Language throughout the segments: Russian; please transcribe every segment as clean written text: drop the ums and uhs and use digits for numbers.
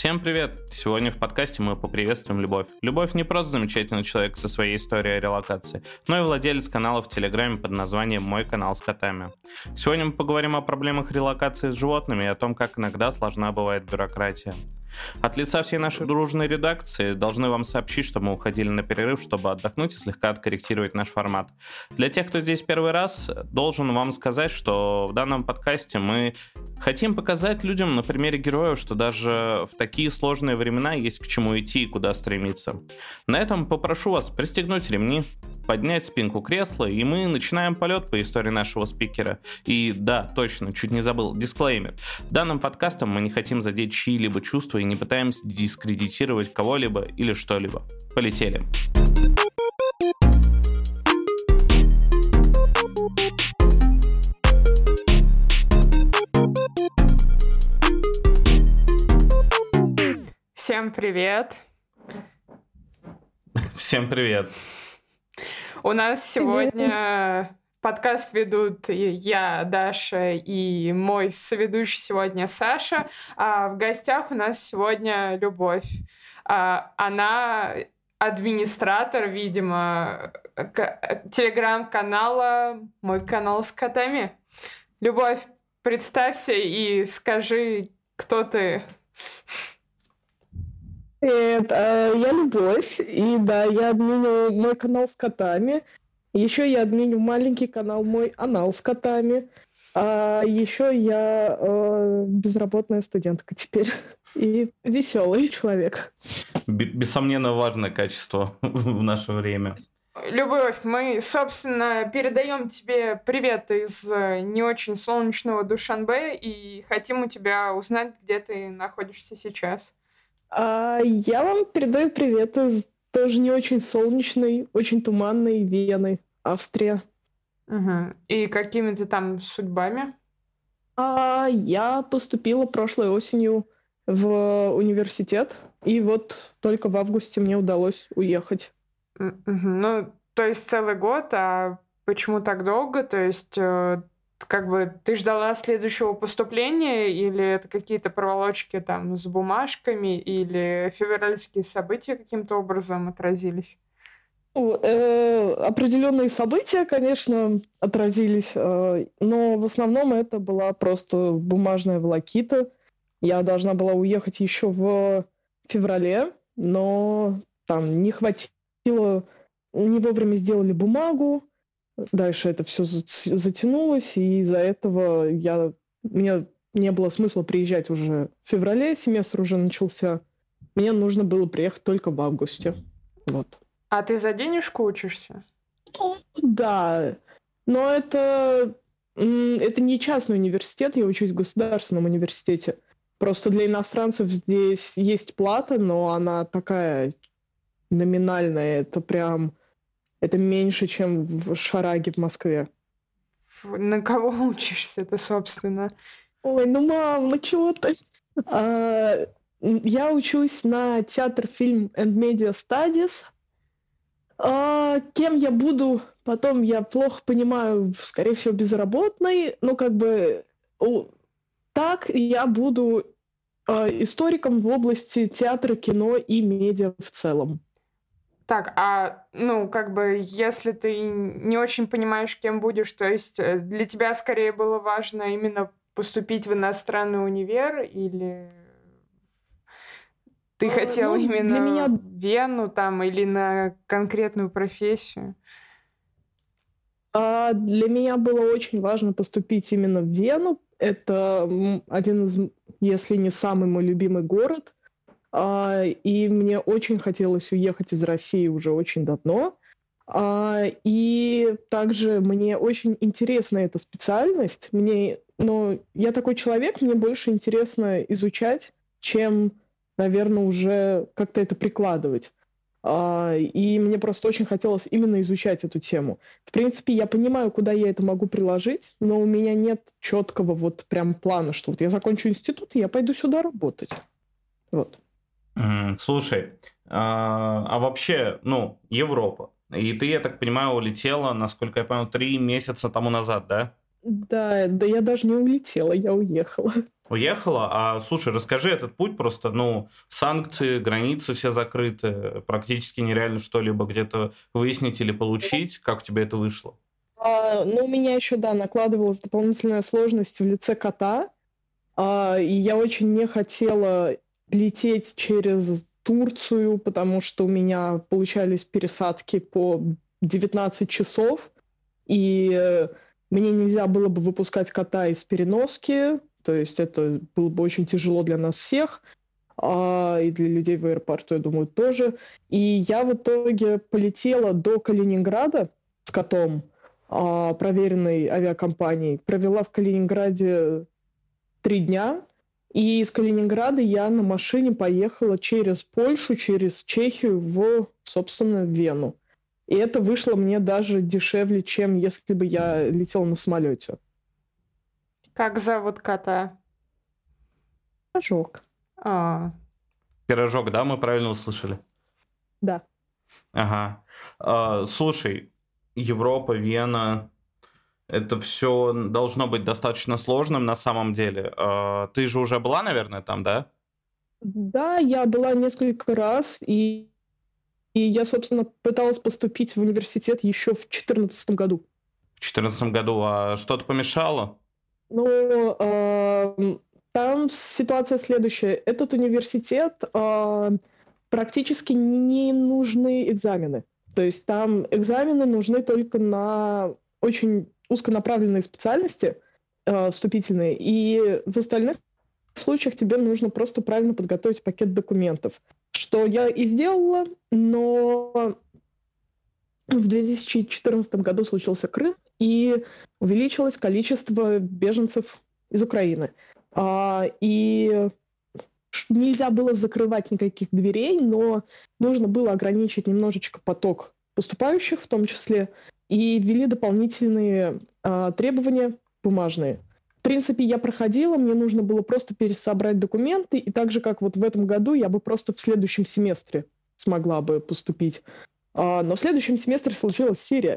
Всем привет! Сегодня в подкасте мы поприветствуем Любовь. Любовь не просто замечательный человек со своей историей релокации, но и владелец канала в Телеграме под названием «Мой канал с котами». Сегодня мы поговорим о проблемах релокации с животными и о том, как иногда сложна бывает бюрократия. От лица всей нашей дружной редакции должны вам сообщить, что мы уходили на перерыв, чтобы отдохнуть и слегка откорректировать наш формат. Для тех, кто здесь первый раз, должен вам сказать, что в данном подкасте мы хотим показать людям на примере героев, что даже в такие сложные времена есть к чему идти и куда стремиться. На этом попрошу вас пристегнуть ремни, поднять спинку кресла, и мы начинаем полет по истории нашего спикера. И да, точно, чуть не забыл, дисклеймер. Данным подкастом мы не хотим задеть чьи-либо чувства и не пытаемся дискредитировать кого-либо или что-либо. Полетели. Всем привет! Всем привет! У нас сегодня подкаст ведут я, Даша, и мой соведущий сегодня Саша. А в гостях у нас сегодня Любовь. Она администратор, видимо, телеграм-канала «Мой канал с котами». Любовь, представься и скажи, кто ты. Привет, я Любовь, и да, я админю мой канал с котами. Еще я админю маленький канал «Мой анал с котами». А еще я безработная студентка теперь и веселый человек. Бессомненно, важное качество в наше время. Любовь, мы, собственно, передаем тебе привет из не очень солнечного Душанбе и хотим у тебя узнать, где ты находишься сейчас. Я вам передаю привет из тоже не очень солнечной, очень туманной Вены, Австрия. Угу. И какими ты там судьбами? Я поступила прошлой осенью в университет, и вот только в августе мне удалось уехать. Угу. Ну, то есть целый год, а почему так долго? То есть как бы ты ждала следующего поступления, или это какие-то проволочки там с бумажками, или февральские события каким-то образом отразились? Определенные события, конечно, отразились, но в основном это была просто бумажная волокита. Я должна была уехать еще в феврале, но там не хватило, не вовремя сделали бумагу. Дальше это все затянулось, и из-за этого мне не было смысла приезжать уже в феврале, семестр уже начался. Мне нужно было приехать только в августе. Вот. А ты за денежку учишься? Да, но это не частный университет, я учусь в государственном университете. Просто для иностранцев здесь есть плата, но она такая номинальная, это меньше, чем в Шараге в Москве. На кого учишься-то, собственно? Ой, ну, мам, ну чего ты? Я учусь на театр, фильм and media studies. Кем я буду, потом я плохо понимаю, скорее всего, безработной. Ну, как бы, так я буду историком в области театра, кино и медиа в целом. Так, ну, как бы, если ты не очень понимаешь, кем будешь, то есть для тебя скорее было важно именно поступить в иностранный универ, или ты хотела именно в Вену там или на конкретную профессию? Для меня было очень важно поступить именно в Вену. Это один из, если не самый мой любимый город. И мне очень хотелось уехать из России уже очень давно. И также мне очень интересна эта специальность. Но я такой человек, мне больше интересно изучать, чем, наверное, уже как-то это прикладывать. И мне просто очень хотелось именно изучать эту тему. В принципе, я понимаю, куда я это могу приложить, но у меня нет четкого вот прям плана, что вот я закончу институт, и я пойду сюда работать. Вот. Слушай, а вообще, ну, Европа. И ты, я так понимаю, улетела, насколько я понял, 3 месяца тому назад, да? Да, я даже не улетела, я уехала. уехала. А, слушай, расскажи этот путь просто, ну, санкции, границы все закрыты, практически нереально что-либо где-то выяснить или получить. Как у тебя это вышло? Ну, у меня еще, да, накладывалась дополнительная сложность в лице кота, и я очень не хотела лететь через Турцию, потому что у меня получались пересадки по 19 часов, и мне нельзя было бы выпускать кота из переноски, то есть это было бы очень тяжело для нас всех, и для людей в аэропорту, я думаю, тоже. И я в итоге полетела до Калининграда с котом, проверенной авиакомпанией, провела в Калининграде 3 дня, и из Калининграда я на машине поехала через Польшу, через Чехию в, собственно, Вену. И это вышло мне даже дешевле, чем если бы я летела на самолете. Как зовут кота? Ожог. Пирожок, да, мы правильно услышали? Да. Ага. Слушай, Европа, Вена, это все должно быть достаточно сложным на самом деле. Ты же уже была, наверное, там, да? Да, я была несколько раз, и я, собственно, пыталась поступить в университет еще в 2014 году. В 2014 году. А что-то помешало? Ну, там ситуация следующая. Этот университет практически не нужны экзамены. То есть там экзамены нужны только на очень узконаправленные специальности вступительные, и в остальных случаях тебе нужно просто правильно подготовить пакет документов, что я и сделала, но в 2014 году случился Крым, и увеличилось количество беженцев из Украины. И нельзя было закрывать никаких дверей, но нужно было ограничить немножечко поток поступающих в том числе, и ввели дополнительные требования бумажные. В принципе, я проходила, мне нужно было просто пересобрать документы, и так же, как вот в этом году, я бы просто в следующем семестре смогла бы поступить. Но в следующем семестре случилась Сирия.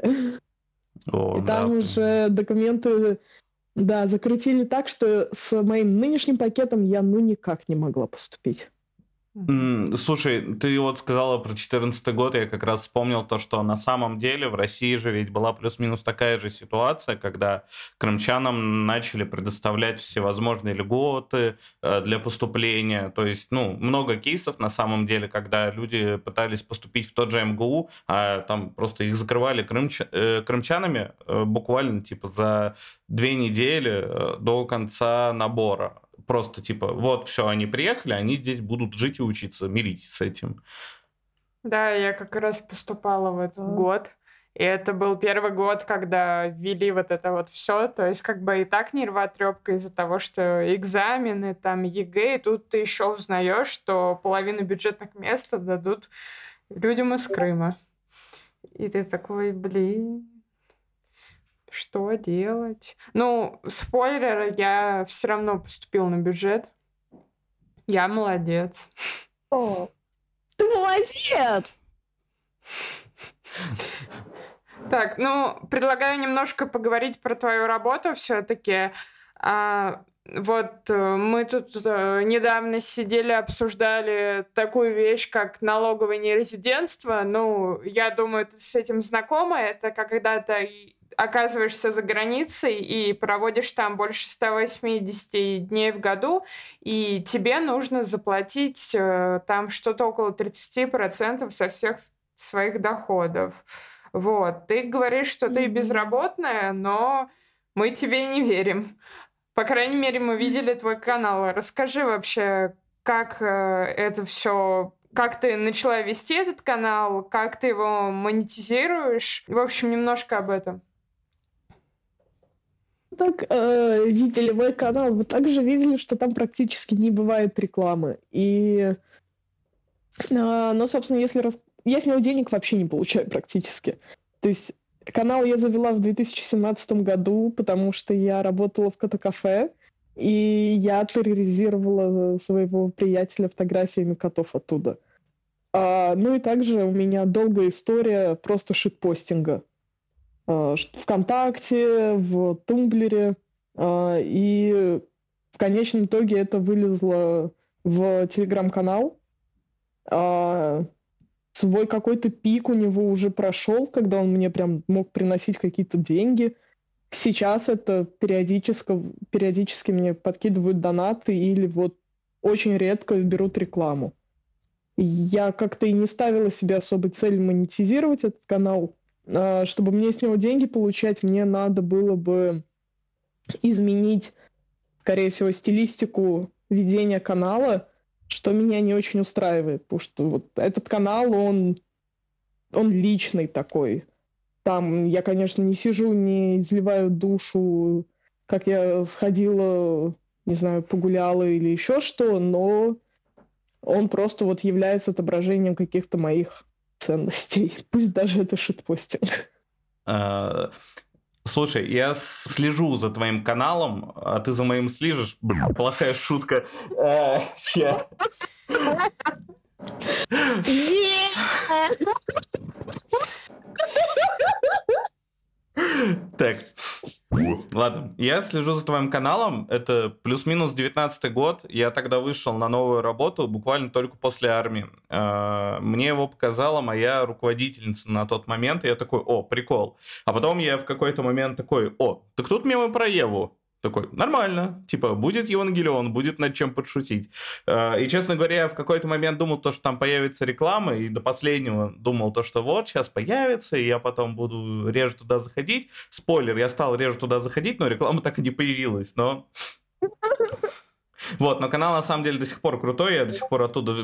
И там уже документы, да, закрутили так, что с моим нынешним пакетом я никак не могла поступить. Слушай, ты вот сказала про 2014 год, я как раз вспомнил то, что на самом деле в России же ведь была плюс-минус такая же ситуация, когда крымчанам начали предоставлять всевозможные льготы для поступления. То есть, ну, много кейсов на самом деле, когда люди пытались поступить в тот же МГУ, а там просто их закрывали крымчанами буквально типа за 2 недели до конца набора. Просто типа, вот, все, они приехали, они здесь будут жить и учиться. Миритесь с этим. Да, я как раз поступала в этот год. И это был первый год, когда ввели вот это вот все. То есть как бы и так нервотрепка из-за того, что экзамены, там ЕГЭ, и тут ты еще узнаешь, что половину бюджетных мест дадут людям из Крыма. И ты такой, блин, что делать? Ну, спойлер, я все равно поступила на бюджет. Я молодец. О, ты молодец! Так, ну, предлагаю немножко поговорить про твою работу все-таки. Вот мы тут недавно сидели, обсуждали такую вещь, как налоговое нерезидентство. Ну, я думаю, ты с этим знакома. Это когда ты оказываешься за границей и проводишь там больше 180 дней в году, и тебе нужно заплатить там что-то около 30% со всех своих доходов. Вот. Ты говоришь, что ты безработная, но мы тебе не верим. По крайней мере, мы видели твой канал. Расскажи вообще, как это все, как ты начала вести этот канал, как ты его монетизируешь. В общем, немножко об этом. Так, видели мой канал, вы также видели, что там практически не бывает рекламы. И, собственно, я с него денег вообще не получаю практически. То есть канал я завела в 2017 году, потому что я работала в кота-кафе, и я терроризировала своего приятеля фотографиями котов оттуда. Ну и также у меня долгая история просто шитпостинга. ВКонтакте, в Тумблере. И в конечном итоге это вылезло в телеграм-канал. Свой какой-то пик у него уже прошел, когда он мне прям мог приносить какие-то деньги. Сейчас это периодически мне подкидывают донаты или вот очень редко берут рекламу. Я как-то и не ставила себе особой цель монетизировать этот канал. Чтобы мне с него деньги получать, мне надо было бы изменить, скорее всего, стилистику ведения канала, что меня не очень устраивает, потому что вот этот канал, он личный такой. Там я, конечно, не сижу, не изливаю душу, как я сходила, не знаю, погуляла или еще что, но он просто вот является отображением каких-то моих ценностей. Пусть даже это шитпостинг. Слушай, я слежу за твоим каналом, а ты за моим слежешь? Блин, плохая шутка. Ща. Так, ладно. Я слежу за твоим каналом. Это плюс-минус 19-й год. Я тогда вышел на новую работу буквально только после армии. Мне его показала моя руководительница на тот момент. И я такой, о, прикол. А потом я в какой-то момент такой, о, так тут мемы про Еву. Такой, нормально, типа, будет Евангелион, будет над чем подшутить. И, честно говоря, я в какой-то момент думал, что там появится реклама, и до последнего думал, что вот, сейчас появится, и я потом буду реже туда заходить. Спойлер, я стал реже туда заходить, но реклама так и не появилась, но... Вот, но канал на самом деле до сих пор крутой, я до сих пор оттуда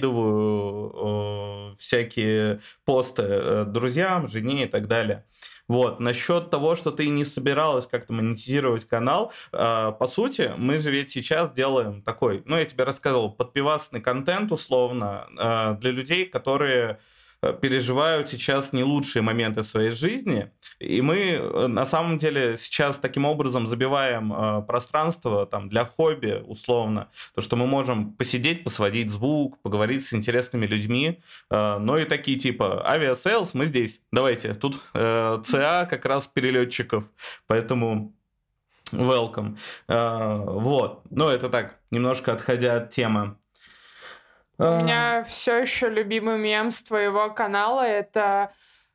перекидываю всякие посты друзьям, жене и так далее. Вот, насчет того, что ты не собиралась как-то монетизировать канал, по сути, мы же ведь сейчас делаем такой, ну, я тебе рассказывал, подпивасный контент, условно, для людей, которые переживают сейчас не лучшие моменты в своей жизни, и мы на самом деле сейчас таким образом забиваем пространство там, для хобби, условно, то, что мы можем посидеть, посводить звук, поговорить с интересными людьми, но и такие типа авиасейлс, мы здесь, давайте, тут ЦА как раз перелетчиков, поэтому welcome. Вот, ну это так, немножко отходя от темы. У меня все еще любимый мем с твоего канала — это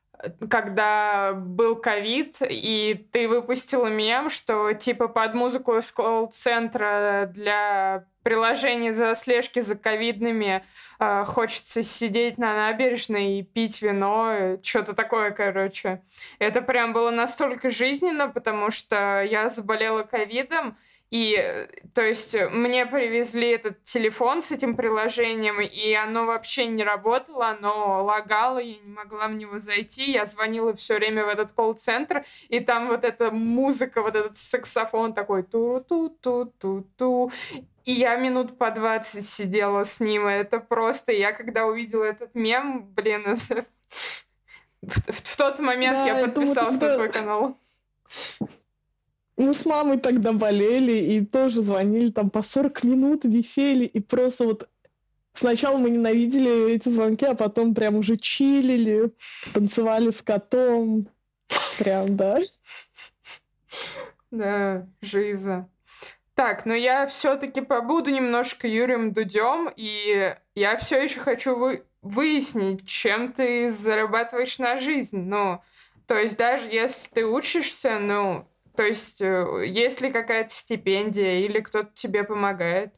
когда был ковид, и ты выпустила мем, что типа под музыку из колл-центра для приложений за слежки за ковидными хочется сидеть на набережной и пить вино, что-то такое, короче. Это прям было настолько жизненно, потому что я заболела ковидом, и, то есть, мне привезли этот телефон с этим приложением, и оно вообще не работало, оно лагало, я не могла в него зайти, я звонила все время в этот колл-центр, и там вот эта музыка, вот этот саксофон такой ту-ту-ту-ту-ту, и я минут по 20 сидела с ним, и это просто, я когда увидела этот мем, блин, это... В тот момент я подписалась на твой канал. Мы с мамой тогда болели и тоже звонили там по 40 минут, висели, и просто вот сначала мы ненавидели эти звонки, а потом прям уже чилили, танцевали с котом. Прям, да. Да, жиза. Так, но я все-таки побуду немножко Юрием Дудем, и я все еще хочу выяснить, чем ты зарабатываешь на жизнь. Ну, то есть даже если ты учишься, ну... То есть, есть ли какая-то стипендия или кто-то тебе помогает?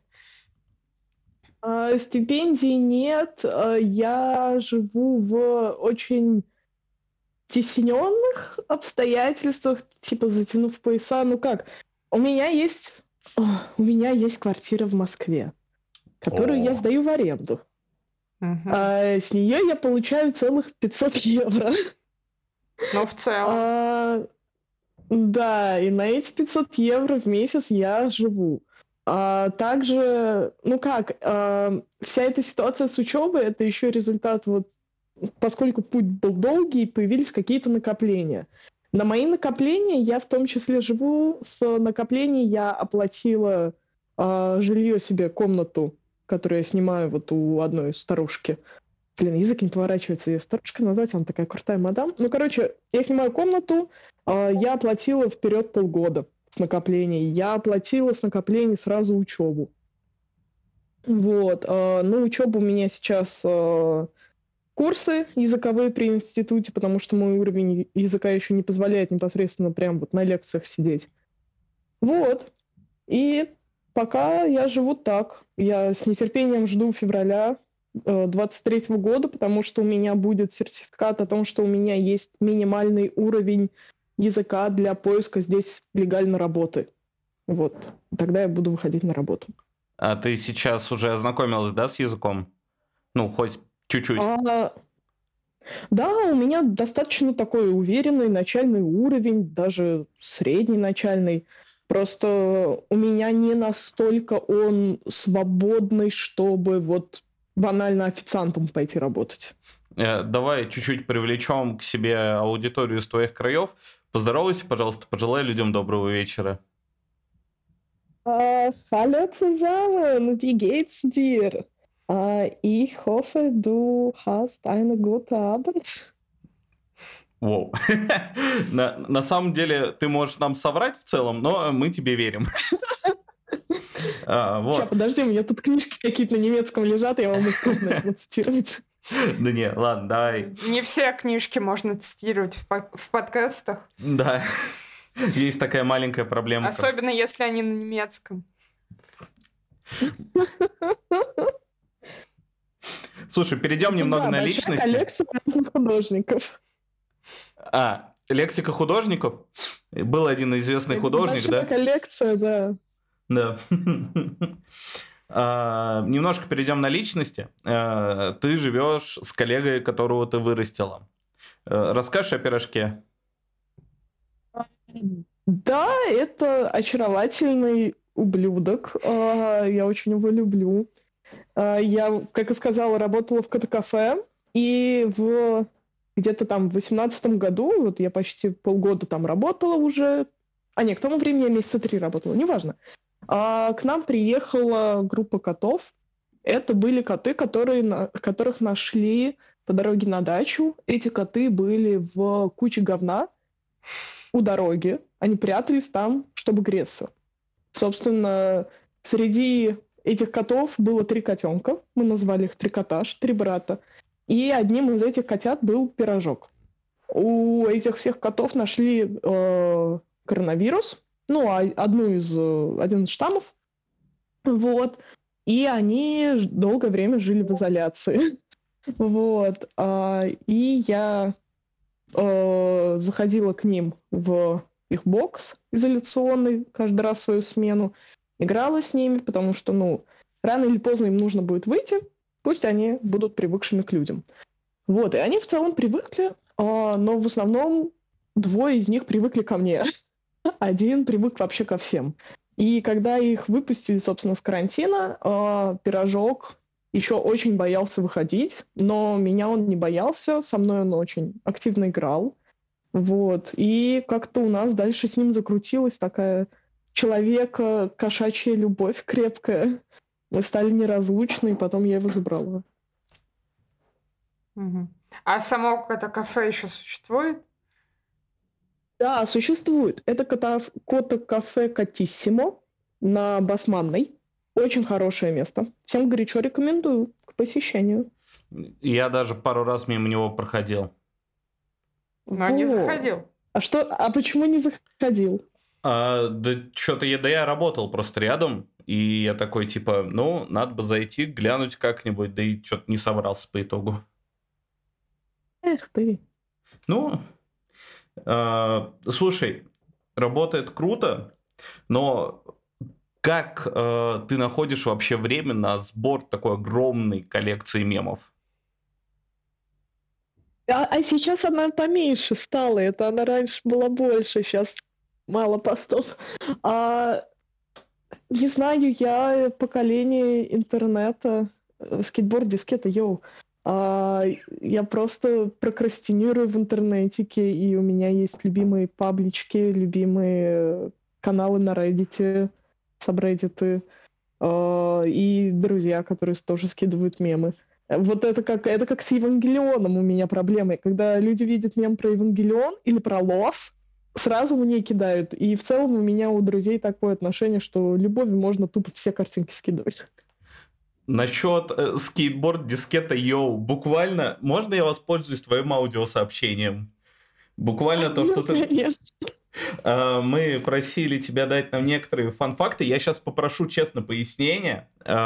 Стипендий нет. Я живу в очень стесненных обстоятельствах, типа затянув пояса. Ну как? У меня есть квартира в Москве, которую я сдаю в аренду. С нее я получаю целых 500 евро. Ну, в целом. Да, и на эти 500 евро в месяц я живу. Также, вся эта ситуация с учебой, это еще результат, вот, поскольку путь был долгий, появились какие-то накопления. На мои накопления я в том числе живу, с накоплений я оплатила жилье себе, комнату, которую я снимаю вот у одной старушки. Блин, язык не поворачивается ее старушкой назвать, она такая крутая мадам. Ну, короче, я снимаю комнату, я оплатила вперед полгода. с накоплений. Я оплатила с накоплений сразу учебу. Вот. Ну, учеба у меня сейчас курсы языковые при институте, потому что мой уровень языка еще не позволяет непосредственно прям вот на лекциях сидеть. Вот. И пока я живу так. Я с нетерпением жду февраля 2023 года, потому что у меня будет сертификат о том, что у меня есть минимальный уровень языка для поиска здесь легальной работы. Вот. Тогда я буду выходить на работу. А ты сейчас уже ознакомилась, да, с языком? Ну, хоть чуть-чуть. Да, у меня достаточно такой уверенный начальный уровень, даже средний начальный. Просто у меня не настолько он свободный, чтобы вот банально официантом пойти работать. Давай чуть-чуть привлечем к себе аудиторию из твоих краев. Поздоровайся, пожалуйста, пожелай людям доброго вечера. Hallo zusammen, wie geht's dir? Ich hoffe, du hast einen guten Abend. Воу. На самом деле, ты можешь нам соврать в целом, но мы тебе верим. Сейчас, подожди, у меня тут книжки какие-то на немецком лежат, я вам их начну цитировать. Да не, ладно, давай. Не все книжки можно цитировать в подкастах. Да, есть такая маленькая проблема. Особенно, если они на немецком. Слушай, перейдем немного на личности. Коллекция художников. Лексика художников? Был один известный художник, да? Коллекция, да. Да. Немножко перейдем на личности. Ты живешь с коллегой, которого ты вырастила. Расскажешь о пирожке? Да, это очаровательный ублюдок. Я очень его люблю. Я, как и сказала, работала в кафе, и где-то там в 2018 году, вот я почти полгода там работала уже, к тому времени я месяца 3 работала, неважно. К нам приехала группа котов. Это были коты, которых нашли по дороге на дачу. Эти коты были в куче говна у дороги. Они прятались там, чтобы греться. Собственно, среди этих котов было 3 котенка. Мы назвали их трикотаж, 3 брата. И одним из этих котят был пирожок. У этих всех котов нашли коронавирус. Один из штаммов. Вот. И они долгое время жили в изоляции. Вот. И я заходила к ним в их бокс изоляционный каждый раз в свою смену, играла с ними, потому что, рано или поздно им нужно будет выйти, пусть они будут привыкшими к людям. Вот. И они в целом привыкли, но в основном 2 из них привыкли ко мне. 1 привык вообще ко всем. И когда их выпустили, собственно, с карантина, пирожок еще очень боялся выходить, но меня он не боялся, со мной он очень активно играл. Вот. И как-то у нас дальше с ним закрутилась такая человека-кошачья любовь крепкая. Мы стали неразлучны, и потом я его забрала. Угу. А само это кафе еще существует? Да, существует. Это кото-кафе Котиссимо на Басманной. Очень хорошее место. Всем горячо рекомендую к посещению. Я даже пару раз мимо него проходил. Но не заходил. А почему не заходил? Да что-то я работал просто рядом, и я такой, надо бы зайти, глянуть как-нибудь, да и что-то не собрался по итогу. Эх ты. Слушай, работает круто, но как ты находишь вообще время на сбор такой огромной коллекции мемов? А сейчас она поменьше стала. Это она раньше была больше, сейчас мало постов. Не знаю, я поколение интернета, скейтборд, дискета, йоу. Я просто прокрастинирую в интернетике, и у меня есть любимые паблички, любимые каналы на Reddit, сабреддиты, и друзья, которые тоже скидывают мемы. Вот это как с Евангелионом у меня проблемы. Когда люди видят мем про Евангелион или про Лос, сразу мне кидают. И в целом у меня у друзей такое отношение, что любовью можно тупо все картинки скидывать. Насчет скейтборд, дискета, йоу, буквально, можно я воспользуюсь твоим аудиосообщением? Буквально то, что ты... Конечно. Мы просили тебя дать нам некоторые фан-факты. Я сейчас попрошу честно пояснения.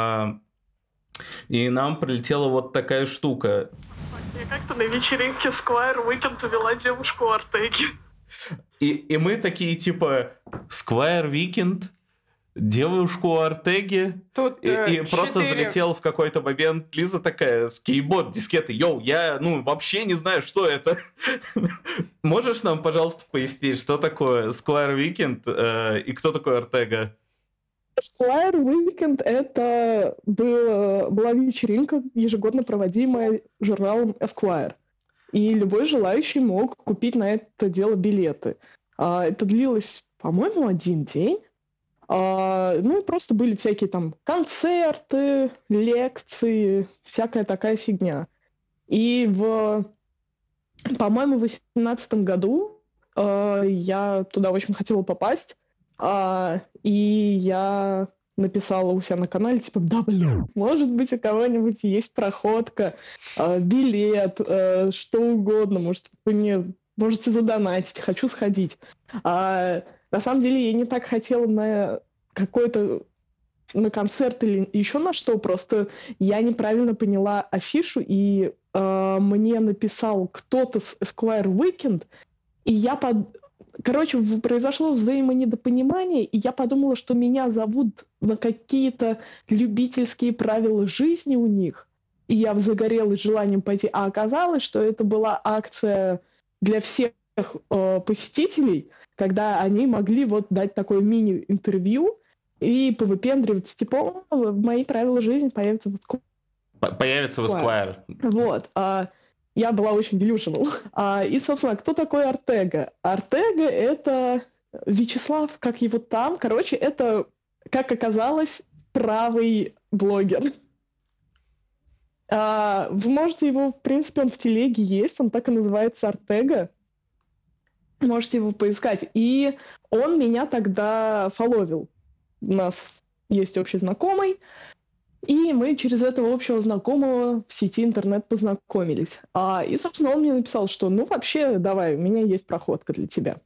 И нам прилетела вот такая штука. Я как-то на вечеринке Square Weekend увела девушку Артеги. И мы такие типа Square Weekend, девушку Артеги. Тут И просто залетела в какой-то момент Лиза такая, скейтборд, дискеты, йоу, я вообще не знаю, что это. Можешь нам, пожалуйста, пояснить, что такое Square Weekend и кто такой Артега? Square Weekend — это была вечеринка, ежегодно проводимая журналом Esquire. И любой желающий мог купить на это дело билеты. Это длилось, по-моему, 1 день. Ну, просто были всякие там концерты, лекции, всякая такая фигня. И по-моему, в 2018 году я туда очень хотела попасть. И я написала у себя на канале, типа, да, блин, может быть, у кого-нибудь есть проходка, билет, что угодно, может, вы мне можете задонатить, хочу сходить. На самом деле я не так хотела на концерт или еще на что, просто я неправильно поняла афишу, и мне написал кто-то с Esquire Weekend, и Короче, произошло взаимонедопонимание, и я подумала, что меня зовут на какие-то любительские правила жизни у них, и я загорелась желанием пойти, а оказалось, что это была акция для всех посетителей, когда они могли вот дать такое мини-интервью и повыпендриваться, типа, мои правила жизни появятся в Esquire. Появится в Esquire. Вот. Я была очень delusional. И, собственно, кто такой Артега? Артега — это Вячеслав, как его там. Короче, это, как оказалось, правый блогер. Вы можете его, в принципе, он в телеге есть, он так и называется Артега. Можете его поискать. И он меня тогда фоловил. У нас есть общий знакомый. И мы через этого общего знакомого в сети интернет познакомились. И, собственно, он мне написал, что, вообще, давай, у меня есть проходка для тебя.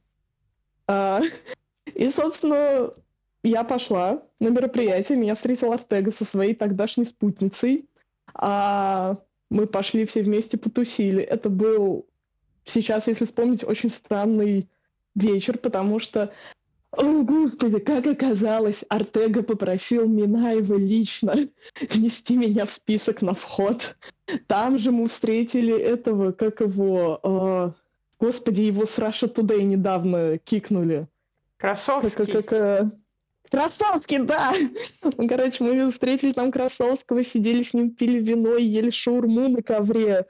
И, собственно, я пошла на мероприятие, меня встретил Артега со своей тогдашней спутницей. Мы пошли все вместе потусили. Это был, сейчас, если вспомнить, очень странный вечер, потому что, о, Господи, как оказалось, Артега попросил Минаева лично внести меня в список на вход. Там же мы встретили этого, как его... Господи, его с Russia Today недавно кикнули. Красовский. Красовский, да! Короче, мы встретили там Красовского, сидели с ним, пили вино и ели шаурму на ковре.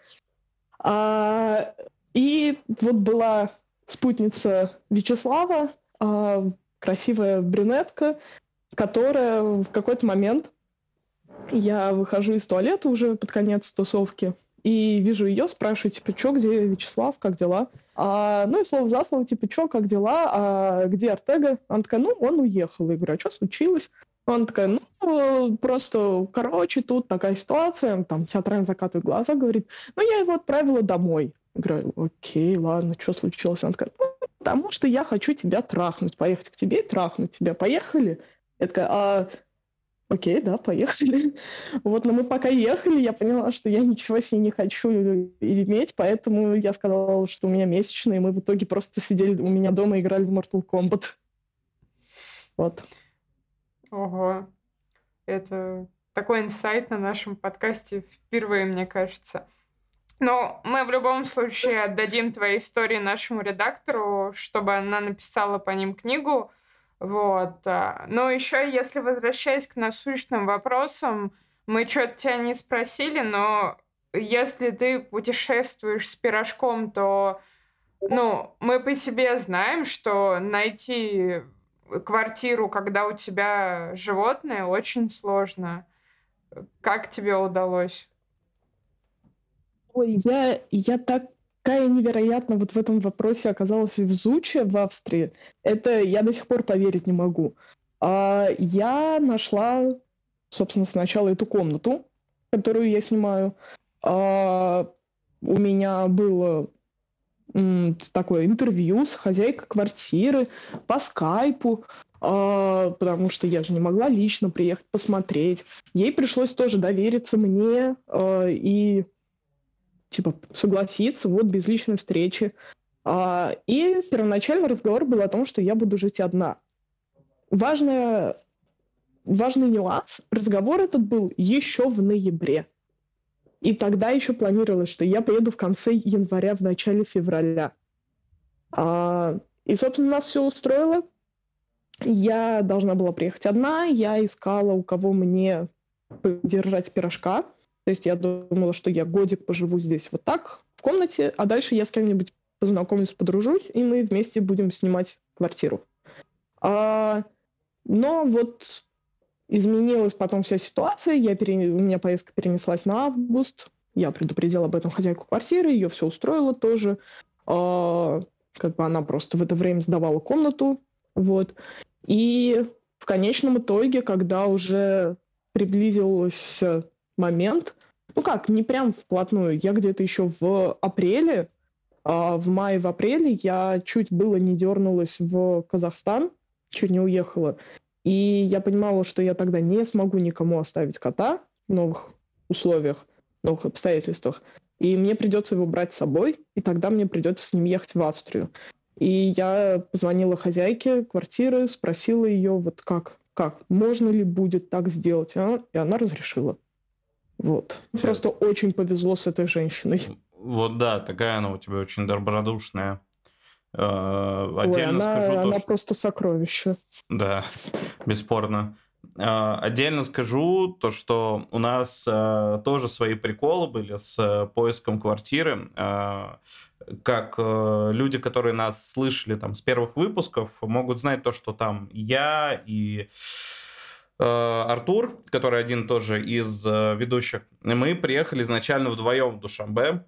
И вот была спутница Вячеслава, красивая брюнетка, которая в какой-то момент, я выхожу из туалета уже под конец тусовки, и вижу ее, спрашиваю, типа, что, где Вячеслав, как дела? И слово за слово, типа, что, как дела, где Артега? Она такая, он уехал. Я говорю, а что случилось? Она такая, просто, тут такая ситуация, там, театрально закатывает глаза, говорит, я его отправила домой. Я говорю, окей, ладно, что случилось? Она такая, потому что я хочу тебя трахнуть, поехать к тебе и трахнуть тебя. Поехали? Я такая, окей, да, поехали. Вот, но мы пока ехали, я поняла, что я ничего с ней не хочу иметь, поэтому я сказала, что у меня месячные, и мы в итоге просто сидели у меня дома и играли в Mortal Kombat. Вот. Ого. Это такой инсайт на нашем подкасте впервые, мне кажется. Но мы в любом случае отдадим твои истории нашему редактору, чтобы она написала по ним книгу. Вот. Но еще, если возвращаясь к насущным вопросам, мы что-то тебя не спросили, но если ты путешествуешь с пирожком, то, мы по себе знаем, что найти квартиру, когда у тебя животное, очень сложно. Как тебе удалось? Ой, я так какая невероятно вот в этом вопросе оказалась везучая в Австрии, это я до сих пор поверить не могу. Я нашла, собственно, сначала эту комнату, которую я снимаю. У меня было такое интервью с хозяйкой квартиры по скайпу, потому что я же не могла лично приехать посмотреть. Ей пришлось тоже довериться мне и типа согласиться вот без личной встречи. И первоначальный разговор был о том, что я буду жить одна. Важный нюанс, разговор этот был еще в ноябре. И тогда еще планировалось, что я приеду в конце января, в начале февраля. И, собственно, нас все устроило. Я должна была приехать одна, я искала, у кого мне подержать пирожка. То есть я думала, что я годик поживу здесь вот так, в комнате, а дальше я с кем-нибудь познакомлюсь, подружусь, и мы вместе будем снимать квартиру. Но вот изменилась потом вся ситуация, у меня поездка перенеслась на август, я предупредила об этом хозяйку квартиры, ее все устроило тоже. Как бы она просто в это время сдавала комнату, вот. И в конечном итоге, когда уже приблизился момент, ну как, не прям вплотную, я где-то еще в апреле, в мае, в апреле я чуть было не дернулась в Казахстан, чуть не уехала. И я понимала, что я тогда не смогу никому оставить кота в новых условиях, в новых обстоятельствах. И мне придется его брать с собой, и тогда мне придется с ним ехать в Австрию. И я позвонила хозяйке квартиры, спросила ее, вот как, можно ли будет так сделать. И она разрешила. Вот. Просто очень повезло с этой женщиной. Вот да, такая она у тебя очень добродушная. Отдельно скажу, она просто сокровище. Да, бесспорно. Отдельно скажу то, что у нас тоже свои приколы были с поиском квартиры. Как люди, которые нас слышали там с первых выпусков, могут знать то, что там я и Артур, который один тоже из ведущих, мы приехали изначально вдвоем в Душанбе.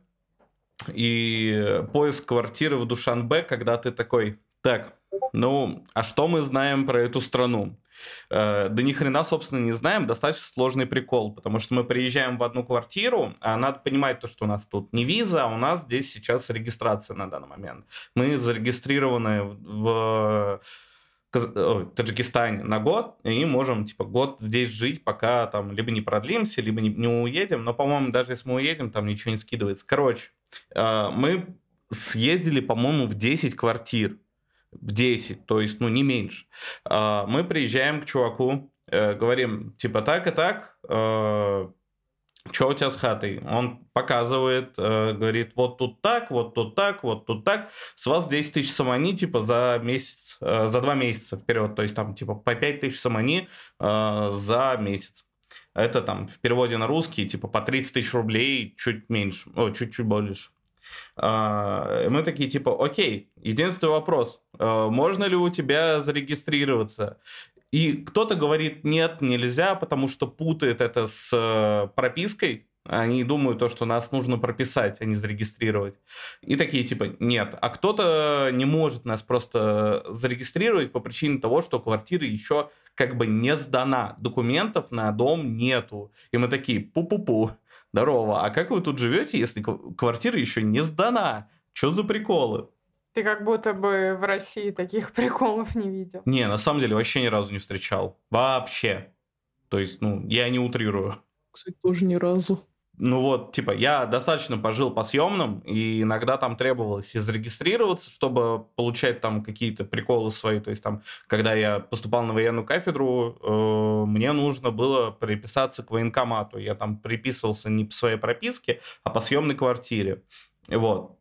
И поиск квартиры в Душанбе, когда ты такой, так, ну, а что мы знаем про эту страну? Да ни хрена, собственно, не знаем, достаточно сложный прикол, потому что мы приезжаем в одну квартиру, а надо понимать то, что у нас тут не виза, а у нас здесь сейчас регистрация на данный момент. Мы зарегистрированы в Таджикистане на год, и можем, типа, год здесь жить, пока там либо не продлимся, либо не уедем, но, по-моему, даже если мы уедем, там ничего не скидывается. Короче, мы съездили, по-моему, в 10 квартир. В 10, то есть, ну, не меньше. Мы приезжаем к чуваку, говорим, типа, так и так, что у тебя с хатой? Он показывает, говорит, вот тут так, вот тут так, вот тут так. С вас 10 тысяч самани, типа, за месяц, за 2 месяца вперед. То есть, там, типа, по 5 тысяч самани за месяц. Это, там, в переводе на русский, типа, по 30 тысяч рублей, чуть меньше, чуть-чуть больше. Мы такие, типа, окей, единственный вопрос, можно ли у тебя зарегистрироваться? И кто-то говорит, нет, нельзя, потому что путает это с пропиской. Они думают, то, что нас нужно прописать, а не зарегистрировать. И такие, типа, нет. А кто-то не может нас просто зарегистрировать по причине того, что квартира еще как бы не сдана. Документов на дом нету. И мы такие, пу-пу-пу. Здорово, а как вы тут живете, если квартира еще не сдана? Что за приколы? Ты как будто бы в России таких приколов не видел. Не, на самом деле вообще ни разу не встречал. Вообще. То есть, ну, я не утрирую. Кстати, тоже ни разу. Ну вот, типа, я достаточно пожил по съемным, и иногда там требовалось и зарегистрироваться, чтобы получать там какие-то приколы свои. То есть там, когда я поступал на военную кафедру, мне нужно было приписаться к военкомату. Я там приписывался не по своей прописке, а по съемной квартире. Вот.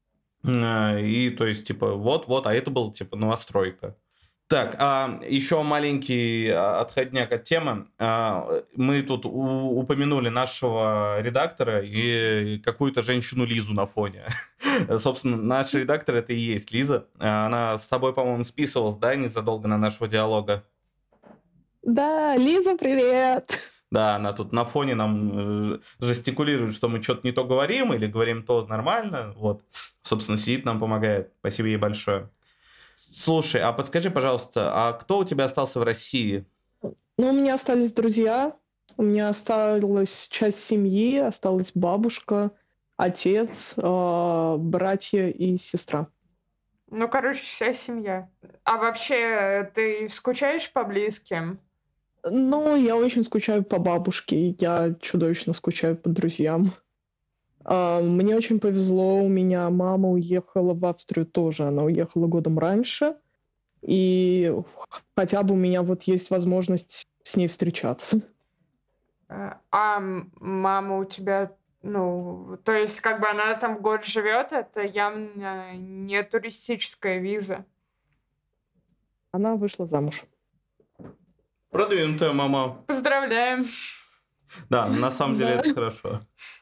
И то есть, типа, вот, а это была, типа, новостройка. Так, еще маленький отходняк от темы. Мы тут упомянули нашего редактора и какую-то женщину Лизу на фоне. Собственно, наш редактор это и есть Лиза. Она с тобой, по-моему, списывалась, да, незадолго на нашего диалога? Да, Лиза, привет! Да, она тут на фоне нам жестикулирует, что мы что-то не то говорим или говорим то нормально. Вот, собственно, сидит, нам помогает. Спасибо ей большое. Слушай, а подскажи, пожалуйста, а кто у тебя остался в России? Ну, у меня остались друзья, у меня осталась часть семьи, осталась бабушка, отец, братья и сестра. Ну, короче, вся семья. А вообще, ты скучаешь по близким? Ну, я очень скучаю по бабушке, я чудовищно скучаю по друзьям. Мне очень повезло, у меня мама уехала в Австрию тоже, она уехала годом раньше, и хотя бы у меня вот есть возможность с ней встречаться. А мама у тебя, ну, то есть как бы она там год живет, это явно не туристическая виза. Она вышла замуж. Продвинутая мама. Поздравляем. Да, на самом деле Да. это хорошо.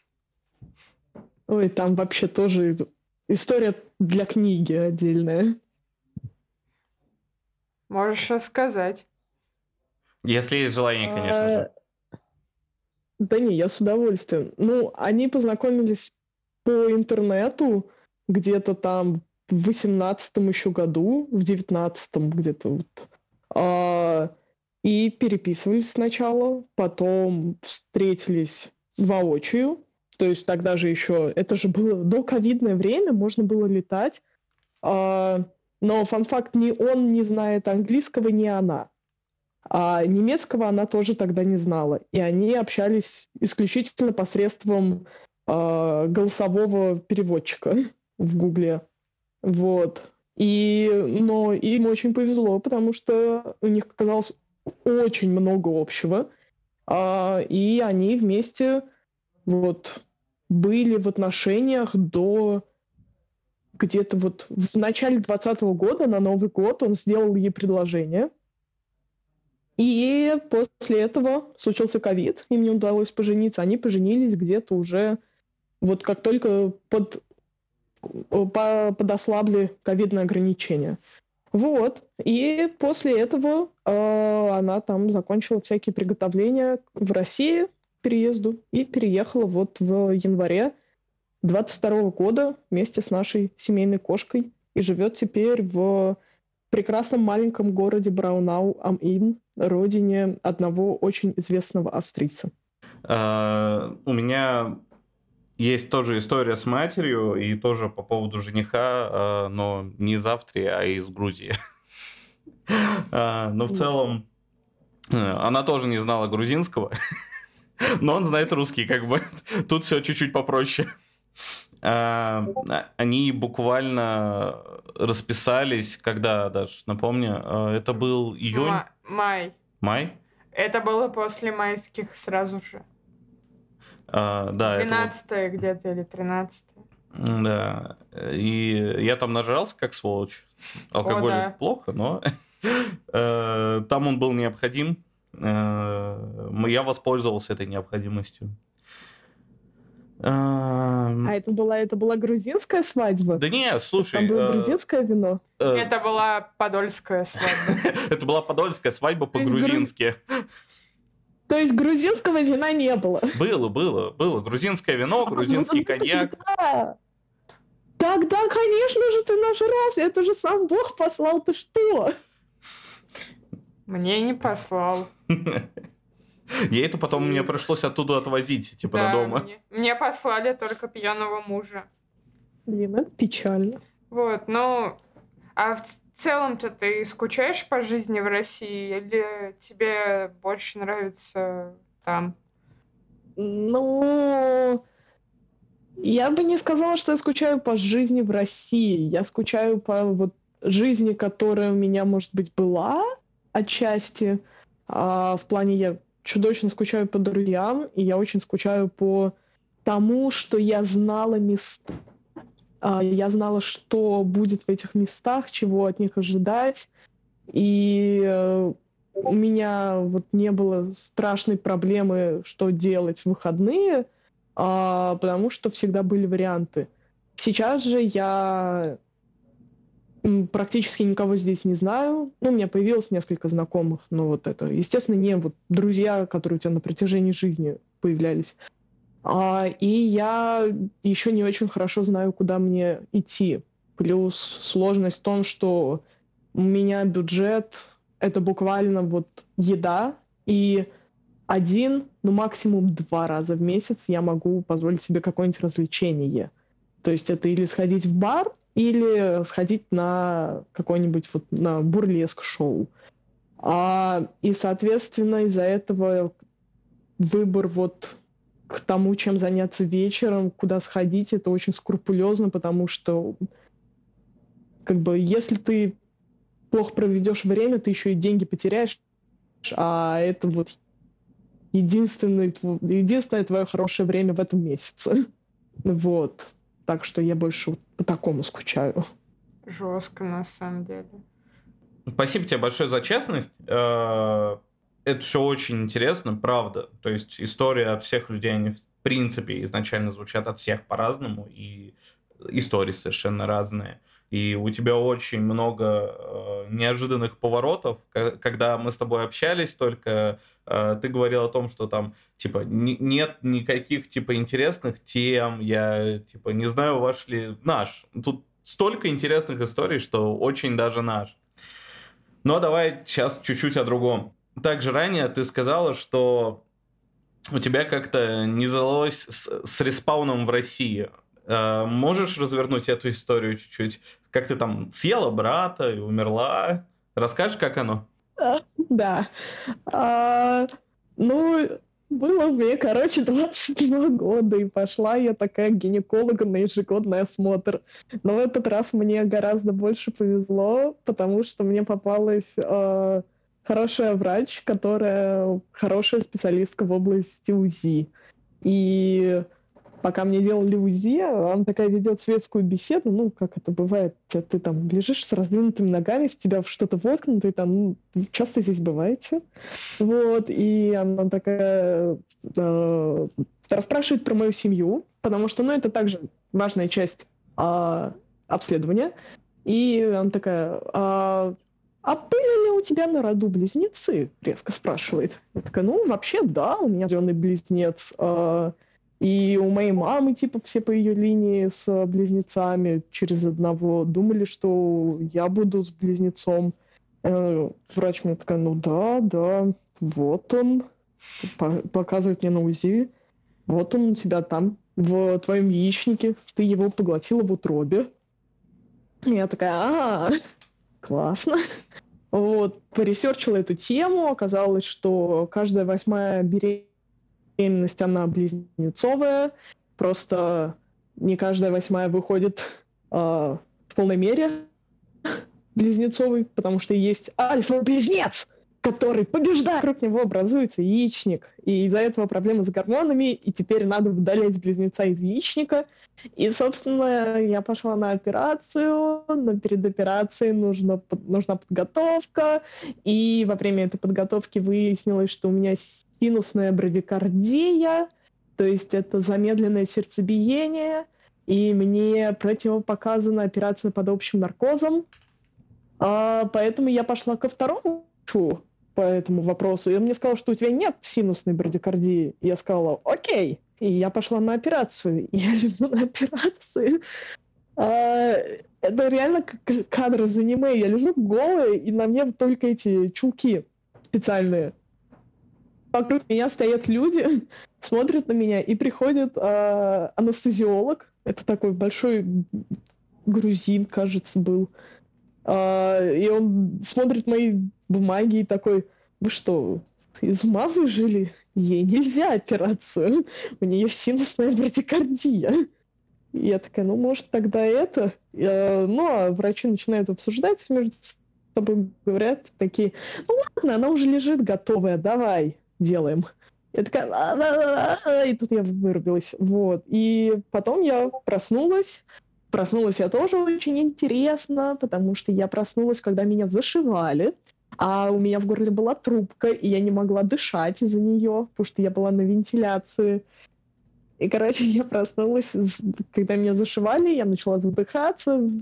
Ой, там вообще тоже история для книги отдельная. Можешь рассказать. Если есть желание, конечно же. Да не, я с удовольствием. Ну, они познакомились по интернету где-то там в 18-м еще году, в 19-м где-то вот. И переписывались сначала, потом встретились воочию. То есть тогда же еще, это же было доковидное время, можно было летать. Но фан-факт, ни он не знает английского, ни она. А немецкого она тоже тогда не знала. И они общались исключительно посредством голосового переводчика в Гугле. Вот. Но им очень повезло, потому что у них оказалось очень много общего. И они вместе вот были в отношениях до где-то вот в начале 2020 года, на Новый год, он сделал ей предложение. И после этого случился ковид, им не удалось пожениться. Они поженились где-то уже, вот как только подослабли ковидные ограничения. Вот. И после этого она там закончила всякие приготовления в России к переезду и переехала вот в январе 22 года вместе с нашей семейной кошкой и живет теперь в прекрасном маленьком городе Браунау am Inn, родине одного очень известного австрийца. У меня есть тоже история с матерью, и тоже по поводу жениха, но не из Австрии, а из Грузии. Но в целом она тоже не знала грузинского, но он знает русский, как бы. Тут все чуть-чуть попроще. Они буквально расписались, когда, даже напомню, это был июнь? Май. Май? Это было после майских сразу же. Да, 12-е где-то или 13-е. Да. И я там нажрался, как сволочь. Алкоголь плохо, но там он был необходим. Я воспользовался этой необходимостью. Это была грузинская свадьба? Да не, слушай... Там было грузинское вино? Это была подольская свадьба. Это была подольская свадьба по-грузински. То есть грузинского вина не было? Было. Грузинское вино, грузинский коньяк. Тогда, конечно же, ты нажрался. Это же сам Бог послал. Ты что? Мне не послал. Ей это потом мне пришлось оттуда отвозить, типа, до дома. Мне послали только пьяного мужа. Блин, это печально. Вот, ну... А в целом-то ты скучаешь по жизни в России? Или тебе больше нравится там? Ну... Я бы не сказала, что я скучаю по жизни в России. Я скучаю по вот жизни, которая у меня, может быть, была отчасти. В плане я чудовищно скучаю по друзьям, и я очень скучаю по тому, что я знала места. Я знала, что будет в этих местах, чего от них ожидать. И у меня вот не было страшной проблемы, что делать в выходные, потому что всегда были варианты. Сейчас же я Практически никого здесь не знаю. Ну, у меня появилось несколько знакомых, но вот это, естественно, не вот друзья, которые у тебя на протяжении жизни появлялись. И я еще не очень хорошо знаю, куда мне идти. Плюс сложность в том, что у меня бюджет — это буквально вот еда, и 1, ну максимум 2 раза в месяц я могу позволить себе какое-нибудь развлечение. То есть это или сходить в бар, или сходить на какой-нибудь вот на бурлеск-шоу. И, соответственно, из-за этого выбор вот к тому, чем заняться вечером, куда сходить, это очень скрупулезно, потому что как бы если ты плохо проведешь время, ты еще и деньги потеряешь, а это вот единственное твое хорошее время в этом месяце. Вот. Так что я больше вот по такому скучаю. Жестко, на самом деле. Спасибо тебе большое за честность. Это все очень интересно, правда. То есть истории от всех людей, они в принципе изначально звучат от всех по-разному, и истории совершенно разные. И у тебя очень много неожиданных поворотов. Когда мы с тобой общались, только ты говорил о том, что там типа нет никаких типа интересных тем, я типа не знаю, ваш ли наш. Тут столько интересных историй, что очень даже наш. Но давай сейчас чуть-чуть о другом. Также ранее ты сказала, что у тебя как-то не задалось с респауном в России. Можешь развернуть эту историю чуть-чуть? Как ты там съела брата и умерла? Расскажешь, как оно? Да. Было мне, 22 года, и пошла я такая к гинекологу на ежегодный осмотр. Но в этот раз мне гораздо больше повезло, потому что мне попалась хорошая врач, которая хорошая специалистка в области УЗИ. И пока мне делали УЗИ, она такая ведет светскую беседу, как это бывает, ты там лежишь с раздвинутыми ногами, в тебя в что-то воткнуто, и там, часто здесь бываете. Вот, и она такая расспрашивает про мою семью, потому что, это также важная часть обследования. И она такая, были ли у тебя на роду близнецы? Резко спрашивает. Я такая, вообще, да, у меня рожденный близнец. И у моей мамы, все по ее линии с близнецами через одного. Думали, что я буду с близнецом. Врач мне такая, да, вот он. Показывает мне на УЗИ. Вот он у тебя там, в твоем яичнике. Ты его поглотила в утробе. И я такая, классно. Вот, поресерчила эту тему. Оказалось, что каждая 8-я беременность, она близнецовая, просто не каждая 8-я выходит в полной мере близнецовый, потому что есть альфа-близнец, который побеждает, вокруг него образуется яичник, и из-за этого проблемы с гормонами, и теперь надо удалять близнеца из яичника. И, собственно, я пошла на операцию, но перед операцией нужна подготовка, и во время этой подготовки выяснилось, что у меня синусная брадикардия, то есть это замедленное сердцебиение, и мне противопоказана операция под общим наркозом. Поэтому я пошла ко второму врачу по этому вопросу, и он мне сказал, что у тебя нет синусной брадикардии. Я сказала, окей, и я пошла на операцию. Я лежу на операции. Это реально как кадр из аниме. Я лежу голая, и на мне только эти чулки специальные. Вокруг меня стоят люди, смотрят на меня, и приходит анестезиолог. Это такой большой грузин, кажется, был. И он смотрит мои бумаги и такой, вы что, из ума выжили? Ей нельзя операцию, у нее синусная брадикардия. И я такая, может, тогда это? А врачи начинают обсуждать между собой, говорят такие, ладно, она уже лежит готовая, давай, делаем. Я такая, и тут я вырубилась. Вот. И потом я проснулась. Проснулась я тоже очень интересно, потому что я проснулась, когда меня зашивали, а у меня в горле была трубка, и я не могла дышать из-за нее, потому что я была на вентиляции. И, я проснулась, когда меня зашивали, я начала задыхаться,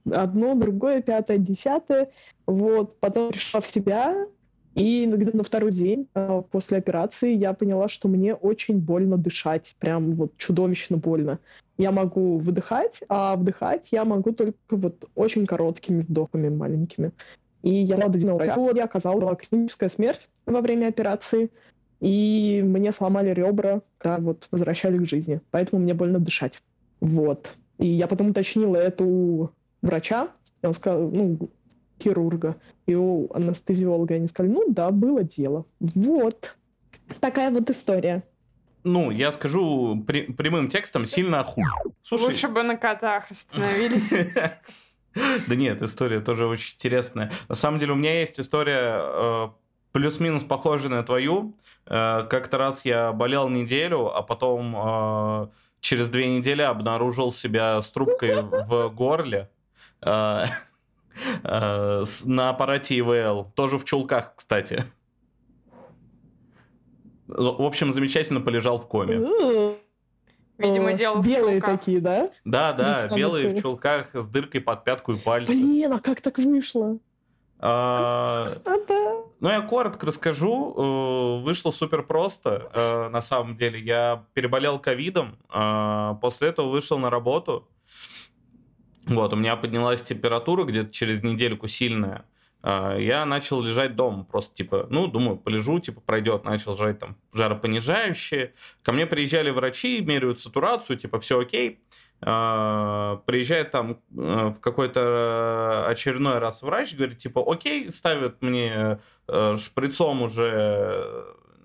одно, другое, пятое, десятое. Вот. Потом пришла в себя, и где-то на второй день после операции я поняла, что мне очень больно дышать. Прям вот чудовищно больно. Я могу выдыхать, а вдыхать я могу только вот очень короткими вдохами маленькими. И я до врача, я оказалась клиническая смерть во время операции, и мне сломали ребра, да, вот возвращали к жизни. Поэтому мне больно дышать. Вот. И я потом уточнила это у врача, и он сказал, хирурга, и у анестезиолога. Они сказали, да, было дело. Вот. Такая вот история. Я скажу прямым текстом, сильно охуел. Слушай, лучше бы на котах остановились. Да нет, история тоже очень интересная. На самом деле у меня есть история плюс-минус похожая на твою. Как-то раз я болел неделю, а потом через 2 недели обнаружил себя с трубкой в горле на аппарате ИВЛ. Тоже в чулках, кстати. В общем, замечательно полежал в коме. Видимо, дело в белые чулках. Такие, да? Да, белые в чулках с дыркой под пятку и пальцы. Блин, а как так вышло? Я коротко расскажу. Вышло супер просто. На самом деле, я переболел ковидом. После этого вышел на работу. Вот, у меня поднялась температура где-то через недельку сильная. Я начал лежать дома, просто, думаю, полежу, пройдет, начал жрать там жаропонижающие. Ко мне приезжали врачи, меряют сатурацию, все окей. Приезжает там в какой-то очередной раз врач, говорит, окей, ставят мне шприцом уже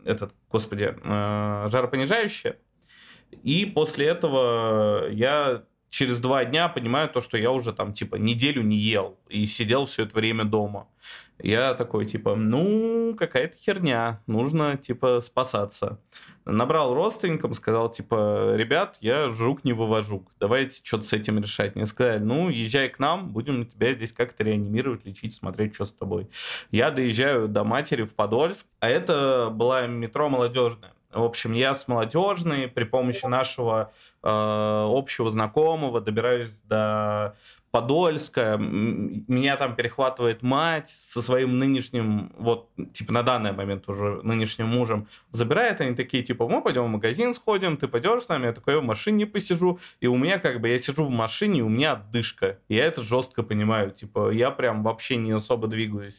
жаропонижающее. И после этого я через 2 дня понимаю то, что я уже там, неделю не ел и сидел все это время дома. Я такой, какая-то херня, нужно, спасаться. Набрал родственникам, сказал, ребят, я жук не вывожу, давайте что-то с этим решать. Мне сказали, езжай к нам, будем тебя здесь как-то реанимировать, лечить, смотреть, что с тобой. Я доезжаю до матери в Подольск, а это была метро Молодежная. В общем, я с Молодежной при помощи нашего общего знакомого добираюсь до Подольска. Меня там перехватывает мать со своим нынешним, на данный момент уже нынешним мужем. Забирает, они такие, мы пойдем в магазин сходим, ты пойдешь с нами? Я такой, я в машине посижу. И у меня я сижу в машине, у меня отдышка. Я это жестко понимаю. Я прям вообще не особо двигаюсь.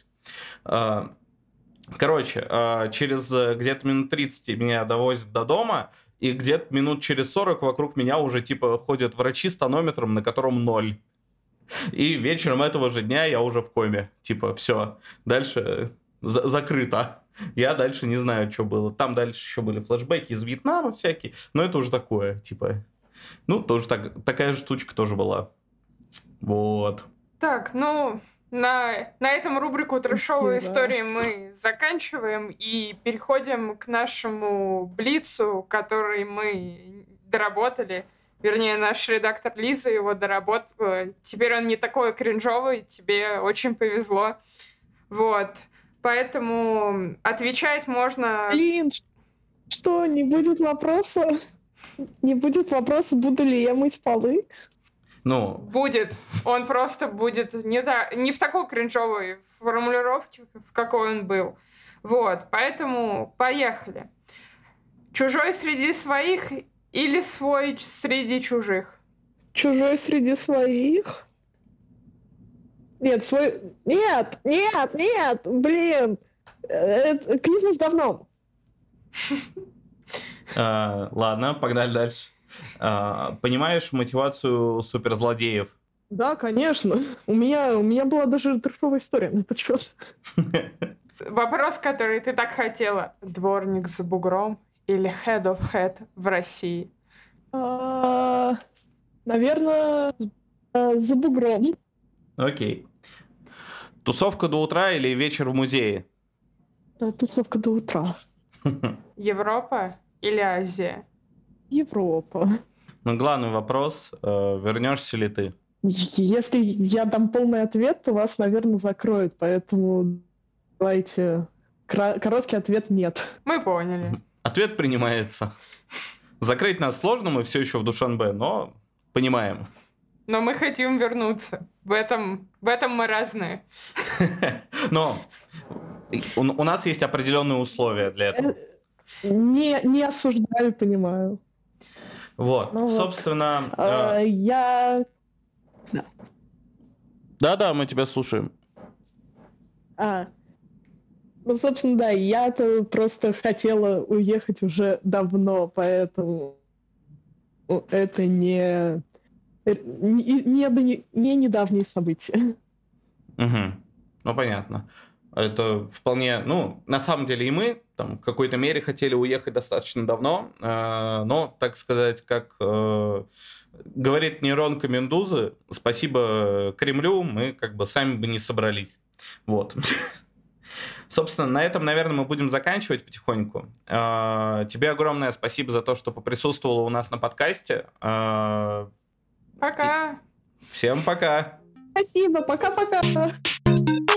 Короче, через где-то минут 30 меня довозят до дома, и где-то минут через 40 вокруг меня уже, ходят врачи с тонометром, на котором 0. И вечером этого же дня я уже в коме. Все, дальше закрыто. Я дальше не знаю, что было. Там дальше еще были флешбеки из Вьетнама всякие, но это уже такое, тоже такая же штучка тоже была. Вот. Так, на этом рубрику «Трэшовые истории» мы заканчиваем и переходим к нашему блицу, который мы доработали. Вернее, наш редактор Лиза его доработала. Теперь он не такой кринжовый, тебе очень повезло. Вот. Поэтому отвечать можно... Блин, что, не будет вопроса? Не будет вопроса, буду ли я мыть полы? Будет. Он просто будет не в такой кринжовой формулировке, в какой он был. Вот, поэтому поехали. Чужой среди своих или свой среди чужих? Чужой среди своих? Нет, свой... Нет, блин! Клизма с давно. Ладно, погнали дальше. Понимаешь мотивацию суперзлодеев? Да, конечно. У меня была даже трэшовая история на этот счет. Вопрос, который ты так хотела. Дворник за бугром или head of head в России? Наверное, за бугром. Окей. Тусовка до утра или вечер в музее? Тусовка до утра. Европа или Азия? Европа. Главный вопрос, вернешься ли ты? Если я дам полный ответ, то вас, наверное, закроют, поэтому давайте... Короткий ответ нет. Мы поняли. Ответ принимается. Закрыть нас сложно, мы все еще в Душанбе, но понимаем. Но мы хотим вернуться. В этом мы разные. Но у нас есть определенные условия для этого. Не осуждаю, понимаю. Вот, Ну собственно... Я... Да, мы тебя слушаем. Ну, собственно, да, я-то просто хотела уехать уже давно, поэтому это не недавние события. Угу. Ну, понятно. Это вполне... Ну, на самом деле и мы там в какой-то мере хотели уехать достаточно давно, но, так сказать, как говорит нейронка Мендузы, спасибо Кремлю, мы как бы сами бы не собрались. Вот. Собственно, на этом, наверное, мы будем заканчивать потихоньку. Тебе огромное спасибо за то, что поприсутствовала у нас на подкасте. Пока. Всем пока. Спасибо, пока-пока.